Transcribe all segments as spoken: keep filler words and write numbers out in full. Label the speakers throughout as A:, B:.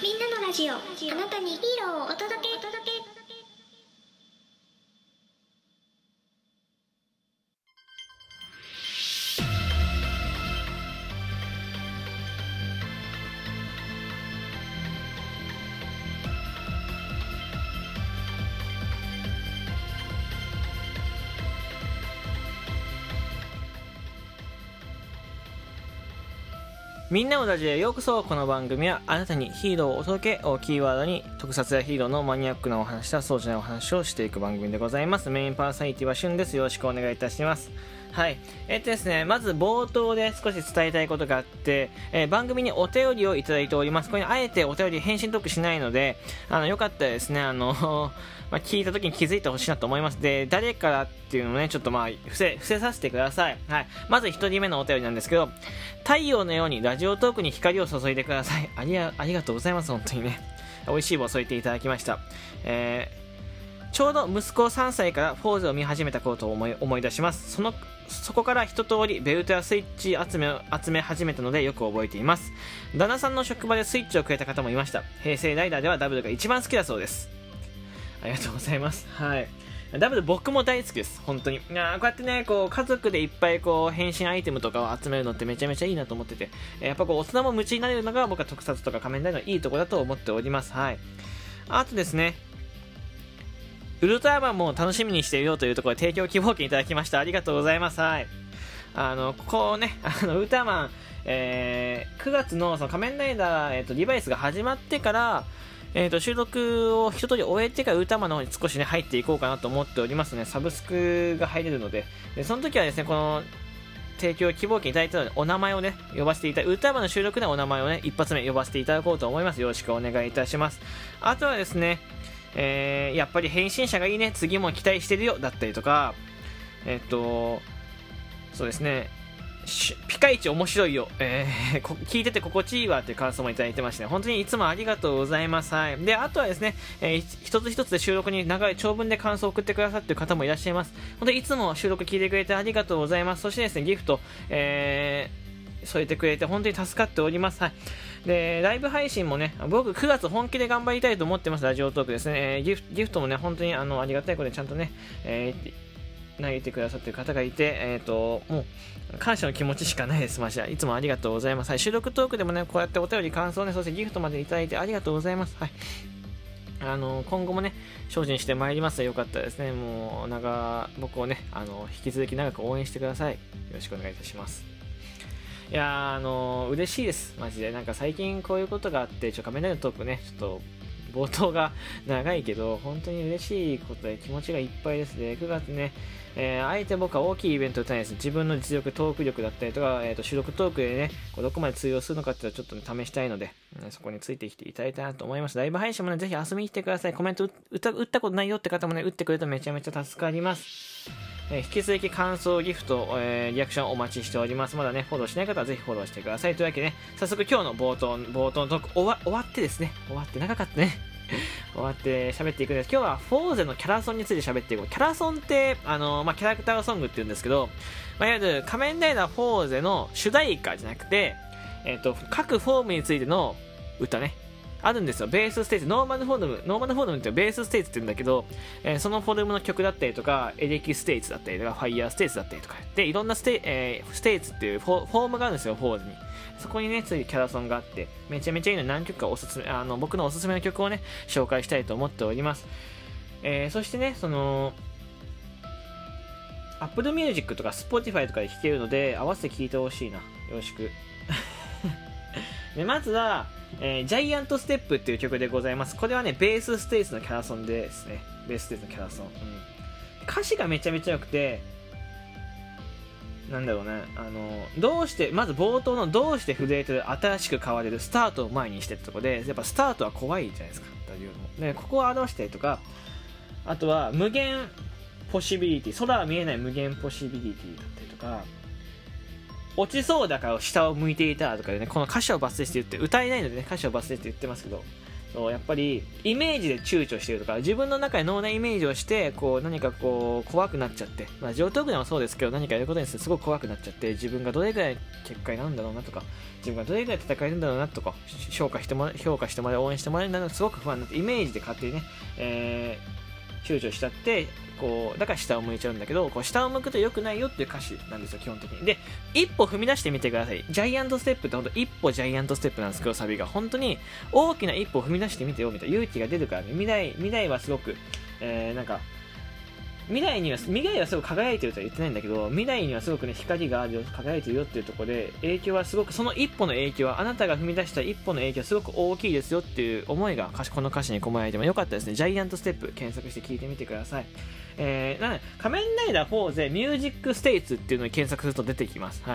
A: みんなのラジオ、あなたにヒーローをお届けお届け
B: みんなのラジオへようこそ。この番組はあなたにヒーローをお届けをキーワードに特撮やヒーローのマニアックなお話やそうじゃないお話をしていく番組でございます。メインパーソナリティはしゅんです。よろしくお願いいたします。はい。えっとですね、まず冒頭で少し伝えたいことがあって、えー、番組にお便りをいただいております。これにあえてお便り返信トークしないので、あの、よかったらですね、あの、まあ、聞いた時に気づいてほしいなと思います。で、誰からっていうのをね、ちょっとまあ、伏せ、伏せさせてください。はい。まず一人目のお便りなんですけど、太陽のようにラジオトークに光を注いでください。ありが、ありがとうございます。本当にね。美味しい棒を添えていただきました。えー、ちょうど息子さんさいからフォーゼを見始めたことを思い、思い出します。その、そこから一通りベルトやスイッチ集め集め始めたのでよく覚えています。旦那さんの職場でスイッチをくれた方もいました。平成ライダーではダブルが一番好きだそうです。ありがとうございます。はい。ダブル僕も大好きです。本当に。いやこうやってね、こう家族でいっぱいこう変身アイテムとかを集めるのってめちゃめちゃいいなと思ってて、やっぱこう大人も夢中になれるのが僕は特撮とか仮面ライダーのいいところだと思っております。はい。あとですね、ウルトラマンも楽しみにしているよというところで提供希望券いただきました。ありがとうございます。はい。あの、こうね、あの、ウルトラマン、えー、くがつのその仮面ライダー、えっと、リバイスが始まってから、えーと、収録を一通り終えてからウルトラマンの方に少しね、入っていこうかなと思っておりますね。サブスクが入れるので。で、その時はですね、この、提供希望券いただいたので、お名前をね、呼ばせていただウルトラマンの収録でお名前をね、一発目呼ばせていただこうと思います。よろしくお願いいたします。あとはですね、えー、やっぱり変身者がいいね、次も期待してるよ、だったりとか、えっと、そうですね、ピカイチ面白いよ、えー、聞いてて心地いいわっていう感想もいただいてまして、ね、本当にいつもありがとうございます。はい。で、あとはですね、えー、一つ一つで収録に長い長文で感想を送ってくださっている方もいらっしゃいます。本当にいつも収録聞いてくれてありがとうございます。そしてですね、ギフト、えー、添えてくれて本当に助かっております。はい。で、ライブ配信もね、僕くがつ本気で頑張りたいと思ってます。ラジオトークですね。えー、ギフギフトもね、本当にあのありがたいことでちゃんとね、えー投げてくださっている方がいて、えーと、もう感謝の気持ちしかないです。マジでいつもありがとうございます。はい、収録トークでもね、こうやってお便り感想ね、そしてギフトまでいただいてありがとうございます。はい、あの今後もね、精進してまいります。よかったですね。もう長僕をね、あの引き続き長く応援してください。よろしくお願いいたします。いやー、あのー、嬉しいです。マジで。なんか最近こういうことがあって、ちょ仮面ライダーのトークね、ちょっと冒頭が長いけど、本当に嬉しいことで気持ちがいっぱいですね。くがつね、えー、あえて僕は大きいイベントを打たないです。自分の実力、トーク力だったりとか、えー、と収録トークでね、こうどこまで通用するのかっていうのをちょっと、ね、試したいので、うん、そこについてきていただいたなと思います。ライブ配信もね、ぜひ遊びに来てください。コメント打った、打ったことないよって方もね、打ってくれるとめちゃめちゃ助かります。えー、引き続き感想、ギフト、えー、リアクションお待ちしております。まだね、フォローしない方はぜひフォローしてください。というわけでね、早速今日の冒頭、冒頭のトーク終わ、終わってですね、終わって長かったね。終わって喋っていくんです。今日はフォーゼのキャラソンについて喋っていこう。キャラソンってあの、まあ、キャラクターソングって言うんですけど、まあ、いわゆる仮面ライダーフォーゼの主題歌じゃなくて、えーと、各フォームについての歌ね、あるんですよ。ベースステージ、ノーマルフォルム、ノーマルフォルムってベースステージって言うんだけど、えー、そのフォルムの曲だったりとか、エレキステージだったりとか、ファイヤーステージだったりとか、で、いろんなステ,、えー、ステージっていうフォ、フォームがあるんですよ、フォーズに。そこにね、ついキャラソンがあって、めちゃめちゃいいので何曲かおすすめ、あの、僕のおすすめの曲をね、紹介したいと思っております。えー、そしてね、その、Apple Music とか Spotify とかで聴けるので、合わせて聴いてほしいな。よろしく。で、まずは、えー、ジャイアントステップっていう曲でございます。これはね、ベースステージのキャラソンですね。ベースステージのキャラソン。うん、歌詞がめちゃめちゃ良くて、なんだろうね、あの、どうして、まず冒頭のどうして震えてる、新しく変われる、スタートを前にしてってとこで、やっぱスタートは怖いじゃないですか、というのも。で、ここを表したりとか、あとは無限ポシビリティ、空は見えない無限ポシビリティだったりとか、落ちそうだから下を向いていたとかでね、この歌詞を抜粋して言って、歌えないのでね、歌詞を抜粋して言ってますけど、 そうやっぱりイメージで躊躇してるとか、自分の中で脳内イメージをしてこう何かこう怖くなっちゃって、まあ、上等句でもそうですけど、何かやることにすごく怖くなっちゃって、自分がどれくらい結果になるんだろうなとか、自分がどれくらい戦えるんだろうなとか、評価してもら評価してもらえ応援してもらえるんだろう、すごく不安になってイメージで勝手にね、えー、躊躇しちゃって、こうだから下を向いちゃうんだけど、こう下を向くと良くないよっていう歌詞なんですよ、基本的に。で、一歩踏み出してみてください。ジャイアントステップって本当一歩ジャイアントステップなんですけど、サビが本当に大きな一歩踏み出してみてよみたいな勇気が出るからね。未来未来はすごく、えー、なんか未来には未来はすごく輝いてるとは言ってないんだけど、未来にはすごくね光があるよ、輝いてるよっていうところで、影響はすごく、その一歩の影響は、あなたが踏み出した一歩の影響はすごく大きいですよっていう思いがこの歌詞に込められてもよかったですね。ジャイアントステップ検索して聞いてみてください。えー、なので仮面ライダーフォーゼミュージックステイツっていうのを検索すると出てきます。はい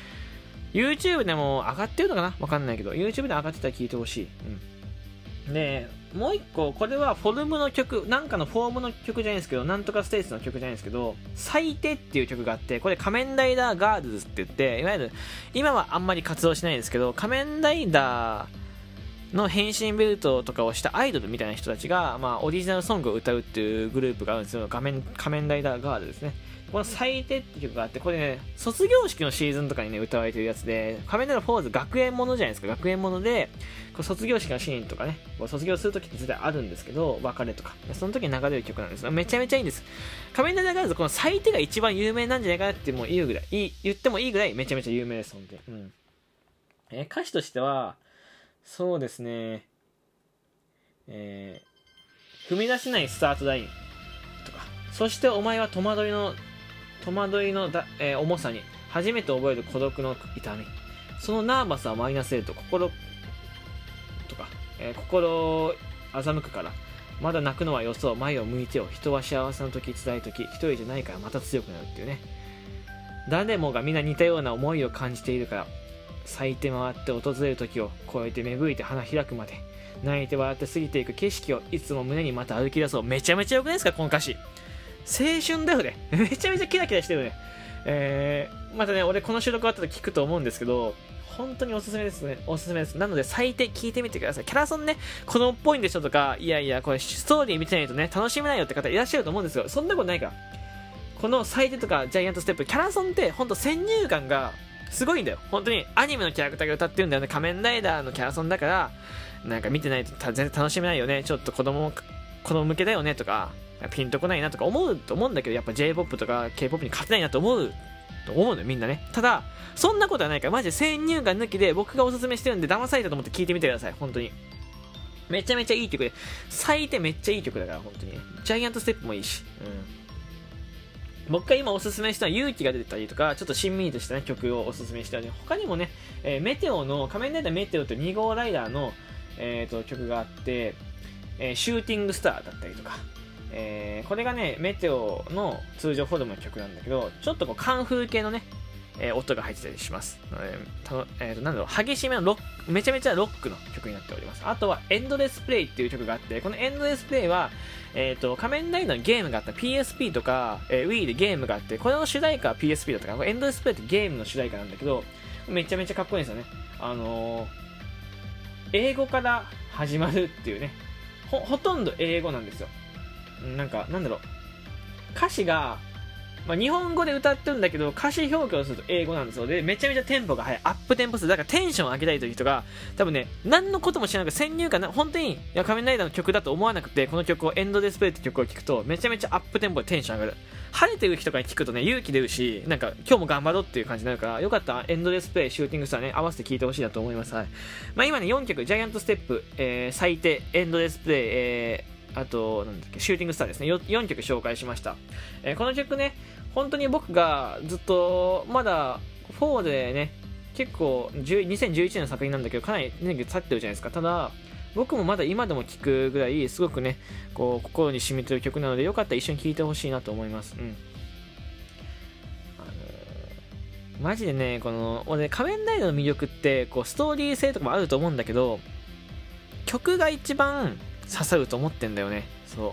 B: 。YouTube でも上がってるのかな、わかんないけど YouTube で上がってたら聞いてほしい。うん。で、もう一個、これはフォルムの曲、なんかのフォームの曲じゃないんですけど、なんとかステイツの曲じゃないんですけど、最低っていう曲があって、これ仮面ライダーガールズって言って、いわゆる今はあんまり活動しないんですけど、仮面ライダーの変身ベルトとかをしたアイドルみたいな人たちが、まあ、オリジナルソングを歌うっていうグループがあるんですよ。仮面、仮面ライダーガールですね。この最低って曲があって、これね、卒業式のシーズンとかにね、歌われてるやつで、仮面ライダーフォーズ学園ものじゃないですか。学園もので、こう卒業式のシーンとかね、こう卒業するときって絶対あるんですけど、別れとか。その時に流れる曲なんですよ。めちゃめちゃいいんです。仮面ライダーガールズ、この最低が一番有名なんじゃないかなってもう言うぐらい、いい言ってもいいぐらいめちゃめちゃ有名です、ほんとに。うん。えー、歌詞としては、そうですね、えー、踏み出せないスタートラインとか、そしてお前は戸惑いの戸惑いのだ、えー、重さに初めて覚える孤独の痛み、そのナーバスはマイナスエイト、心とか、えー、心欺くからまだ泣くのはよそう、前を向いてよ、人は幸せの時、辛い時、一人じゃないからまた強くなるっていうね。誰もがみんな似たような思いを感じているから、咲いて回って訪れる時を越えて芽吹いて花開くまで、泣いて笑って過ぎていく景色をいつも胸にまた歩き出そう。めちゃめちゃ良くないですか、この歌詞。青春だよね。めちゃめちゃキラキラしてるね。えー、またね、俺この収録終わったら聞くと思うんですけど、本当におすすめですね。おすすめです。なので最低聞いてみてください。キャラソンね、子供っぽいんでしょとか、いやいやこれストーリー見てないとね楽しめないよって方いらっしゃると思うんですよ。そんなことないから。この最低とかジャイアントステップ、キャラソンって本当先入観がすごいんだよ。本当にアニメのキャラクターが歌ってるんだよね。仮面ライダーのキャラソンだからなんか見てないと全然楽しめないよね、ちょっと子供子供向けだよねとか、ピンとこないなとか思うと思うんだけど、やっぱ J-ポップ とか K-ポップ に勝てないなと思うと思うのよ、みんなね。ただそんなことはないから、マジで先入観抜きで僕がおすすめしてるんで騙されたと思って聞いてみてください。本当にめちゃめちゃいい曲で、最低めっちゃいい曲だから、本当にね。ジャイアントステップもいいし、うん、僕が今おすすめしたのは勇気が出てたりとか、ちょっとしんみりとした、ね、曲をおすすめしたので、他にもね、えー、メテオの仮面ライダーメテオというに号ライダーの、えー、と曲があって、えー、シューティングスターだったりとか、えー、これがねメテオの通常フォルムの曲なんだけど、ちょっとこうカンフー系のね、えー、音が入ってたりします。えーえー、なんだろう、激しめのロック、めちゃめちゃロックの曲になっております。あとはエンドレスプレイっていう曲があって、このエンドレスプレイは、えー、と仮面ライダーのゲームがあった ピーエスピー とか、えー、Wii でゲームがあって、これの主題歌は ピーエスピー だったから、エンドレスプレイってゲームの主題歌なんだけど、めちゃめちゃかっこいいんですよね。あのー、英語から始まるっていうね、ほ、ほとんど英語なんですよ。なんか、なんだろう、歌詞が、まあ、日本語で歌ってるんだけど、歌詞表記をすると英語なんですよ。で、めちゃめちゃテンポが速い、アップテンポ数、だからテンション上げたいという人が、多分ね、何のことも知らなくて、先入観な、本当に、いや、仮面ライダーの曲だと思わなくて、この曲を、エンドデスプレイって曲を聴くと、めちゃめちゃアップテンポでテンション上がる。晴れてる日とかに聴くとね、勇気出るし、なんか、今日も頑張ろうっていう感じになるから、よかったら、エンドデスプレイ、シューティングスターね、合わせて聴いてほしいなと思います。はい。まあ、今ね、よんきょく、ジャイアントステップ、えー、最低、エンドデスプレイ、えー、あと、なんだっけ、シューティングスターですね。よんきょく紹介しました。えー、この曲ね、本当に僕がずっと、まだフォーでね、結構、にせんじゅういちねんの作品なんだけど、かなり年月経ってるじゃないですか。ただ、僕もまだ今でも聴くぐらい、すごくね、こう、心に染みてる曲なので、よかったら一緒に聴いてほしいなと思います。うん。あのー、マジでね、この、俺、仮面ライダーの魅力って、こう、ストーリー性とかもあると思うんだけど、曲が一番刺さると思ってんだよね。そう。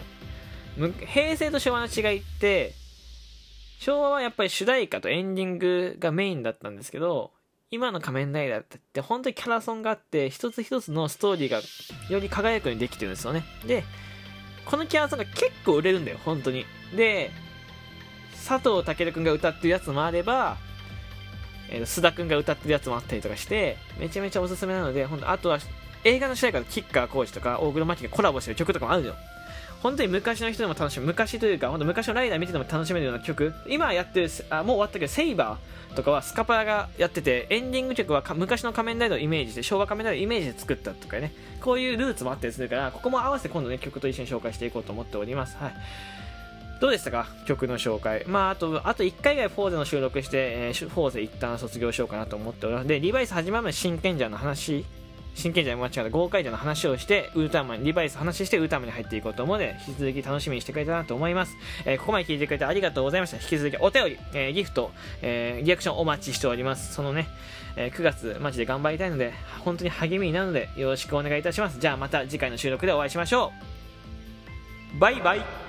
B: 平成と昭和の違いって、昭和はやっぱり主題歌とエンディングがメインだったんですけど、 今の仮面ライダーって本当にキャラソンがあって一つ一つのストーリーがより輝くようにできてるんですよね。でこのキャラソンが結構売れるんだよ本当に。で佐藤健くんが歌ってるやつもあれば、えー、須田くんが歌ってるやつもあったりとかしてめちゃめちゃおすすめなので、本当あとは映画の主題歌で吉川晃司とか大黒摩季がコラボしてる曲とかもあるのよ。本当に昔の人でも楽しむ、昔というか本当昔のライダー見てても楽しめるような曲、今やってるあもう終わったけどセイバーとかはスカパラがやってて、エンディング曲は昔の仮面ライダーをイメージして、昭和仮面ライダーをイメージで作ったとかね、こういうルーツもあったりするから、ここも合わせて今度ね曲と一緒に紹介していこうと思っております。はい、どうでしたか曲の紹介。まああとあといっかいぐらいフォーゼの収録して、えー、フォーゼ一旦卒業しようかなと思っております。でリバイス始まる前真剣者の話真剣者に間違えた豪快者の話をしてウルトラマンリバイス話してウルトラマンに入っていこうと思うので、引き続き楽しみにしてくれたなと思います。えー、ここまで聞いてくれてありがとうございました。引き続きお便り、えー、ギフト、えー、リアクションお待ちしております。そのね、えー、くがつマジで頑張りたいので本当に励みになるのでよろしくお願いいたします。じゃあまた次回の収録でお会いしましょう。バイバイ。